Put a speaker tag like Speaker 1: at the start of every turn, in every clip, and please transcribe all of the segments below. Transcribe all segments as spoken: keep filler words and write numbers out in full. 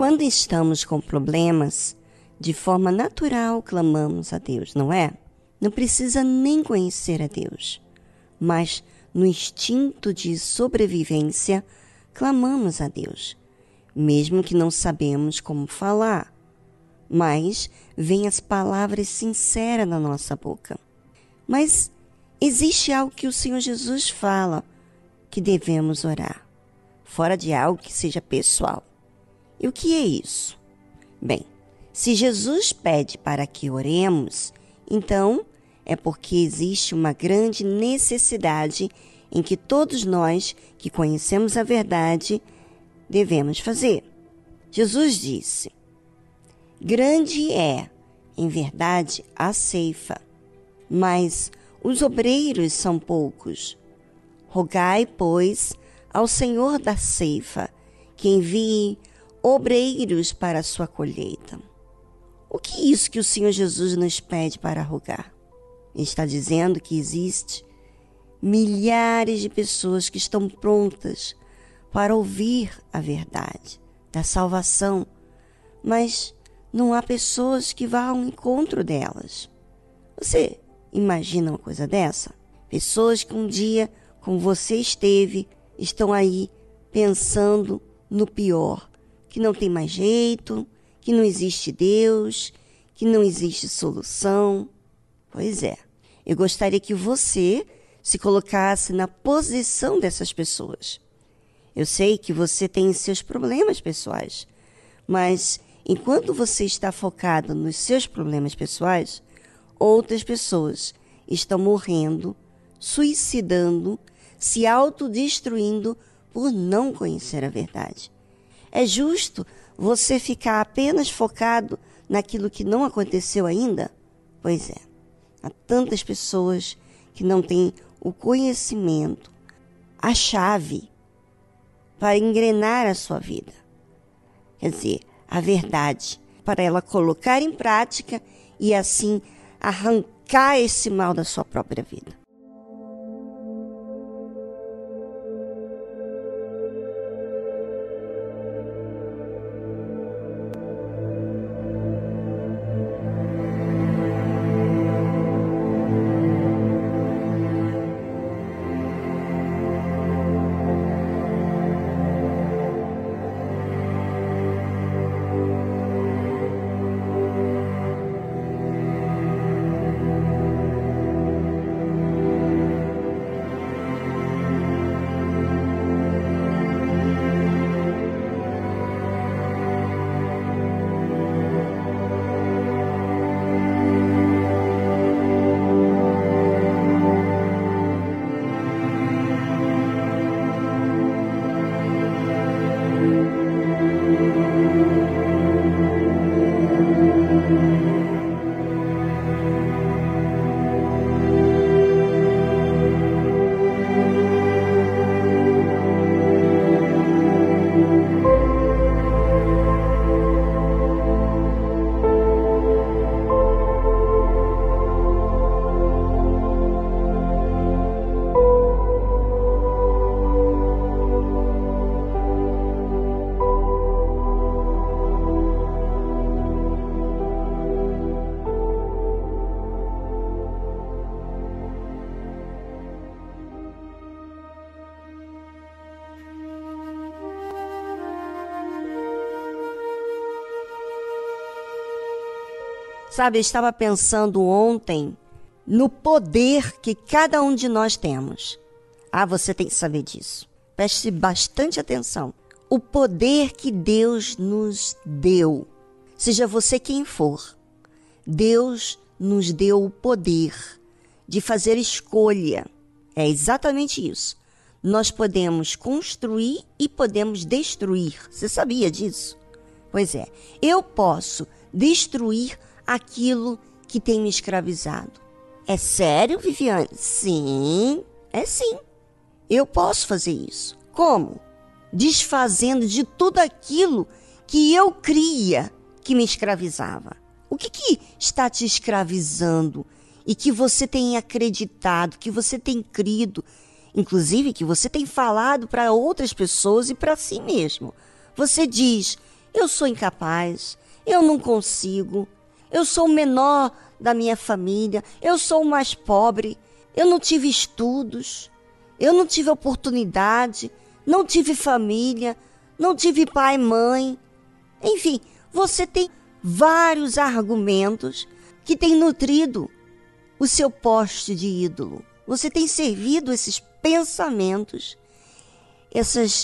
Speaker 1: Quando estamos com problemas, de forma natural clamamos a Deus, não é? Não precisa nem conhecer a Deus, mas no instinto de sobrevivência, clamamos a Deus, mesmo que não sabemos como falar, mas vêm as palavras sinceras na nossa boca. Mas existe algo que o Senhor Jesus fala que devemos orar, fora de algo que seja pessoal. E o que é isso? Bem, se Jesus pede para que oremos, então é porque existe uma grande necessidade em que todos nós que conhecemos a verdade devemos fazer. Jesus disse: grande é, em verdade, a ceifa, mas os obreiros são poucos. Rogai, pois, ao Senhor da ceifa que envie obreiros para a sua colheita. O que é isso que o Senhor Jesus nos pede para rogar? Ele está dizendo que existe milhares de pessoas que estão prontas para ouvir a verdade da salvação, mas não há pessoas que vá ao encontro delas. Você imagina uma coisa dessa? Pessoas que um dia, como você esteve, estão aí pensando no pior, que não tem mais jeito, que não existe Deus, que não existe solução. Pois é, eu gostaria que você se colocasse na posição dessas pessoas. Eu sei que você tem seus problemas pessoais, mas enquanto você está focado nos seus problemas pessoais, outras pessoas estão morrendo, suicidando, se autodestruindo por não conhecer a verdade. É justo você ficar apenas focado naquilo que não aconteceu ainda? Pois é, há tantas pessoas que não têm o conhecimento, a chave para engrenar a sua vida. Quer dizer, a verdade, para ela colocar em prática e assim arrancar esse mal da sua própria vida. Sabe, eu estava pensando ontem no poder que cada um de nós temos. Ah, você tem que saber disso. Preste bastante atenção. O poder que Deus nos deu, seja você quem for, Deus nos deu o poder de fazer escolha. É exatamente isso. Nós podemos construir e podemos destruir. Você sabia disso? Pois é, eu posso destruir aquilo que tem me escravizado. É sério, Viviane? Sim, é sim. Eu posso fazer isso. Como? Desfazendo de tudo aquilo que eu cria que me escravizava. O que, que está te escravizando e que você tem acreditado, que você tem crido, inclusive que você tem falado para outras pessoas e para si mesmo? Você diz, eu sou incapaz, eu não consigo, eu sou o menor da minha família, eu sou o mais pobre, eu não tive estudos, eu não tive oportunidade, não tive família, não tive pai e mãe. Enfim, você tem vários argumentos que têm nutrido o seu poste de ídolo. Você tem servido esses pensamentos, essas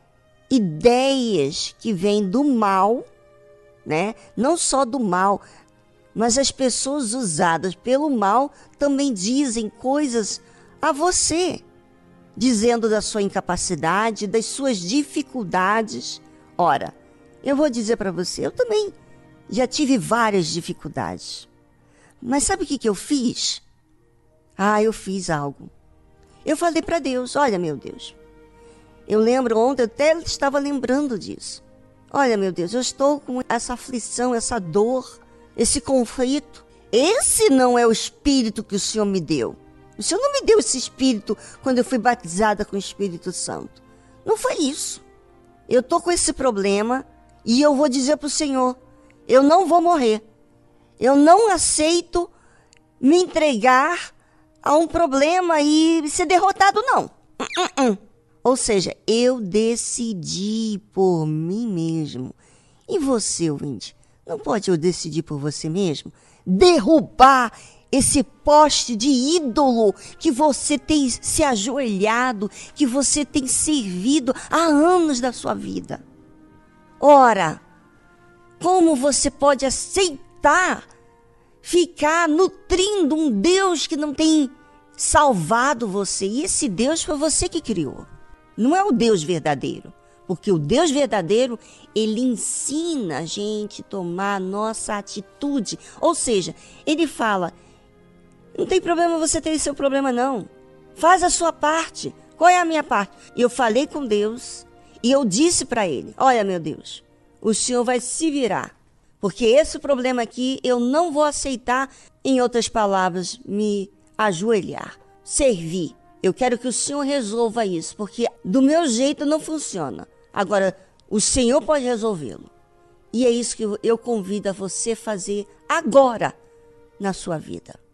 Speaker 1: ideias que vêm do mal, né? Não só do mal, mas as pessoas usadas pelo mal também dizem coisas a você, dizendo da sua incapacidade, das suas dificuldades. Ora, eu vou dizer para você, eu também já tive várias dificuldades. Mas sabe o que, que eu fiz? Ah, eu fiz algo. Eu falei para Deus, olha, meu Deus, eu lembro ontem, eu até estava lembrando disso. Olha, meu Deus, eu estou com essa aflição, essa dor, esse conflito. Esse não é o espírito que o Senhor me deu. O Senhor não me deu esse espírito quando eu fui batizada com o Espírito Santo. Não foi isso. Eu estou com esse problema e eu vou dizer para o Senhor, eu não vou morrer. Eu não aceito me entregar a um problema e ser derrotado, não. Uh, uh, uh. Ou seja, eu decidi por mim mesmo. E você, ouvinte, não pode eu decidir por você mesmo? Derrubar esse poste de ídolo que você tem se ajoelhado, que você tem servido há anos da sua vida. Ora, como você pode aceitar ficar nutrindo um Deus que não tem salvado você? E esse Deus foi você que criou. Não é o Deus verdadeiro. Porque o Deus verdadeiro, ele ensina a gente a tomar a nossa atitude. Ou seja, ele fala, não tem problema você ter seu problema não. Faz a sua parte. Qual é a minha parte? Eu falei com Deus e eu disse para ele, olha meu Deus, o Senhor vai se virar. Porque esse problema aqui eu não vou aceitar, em outras palavras, me ajoelhar, servir. Eu quero que o Senhor resolva isso, porque do meu jeito não funciona. Agora, o Senhor pode resolvê-lo. E é isso que eu convido a você fazer agora na sua vida.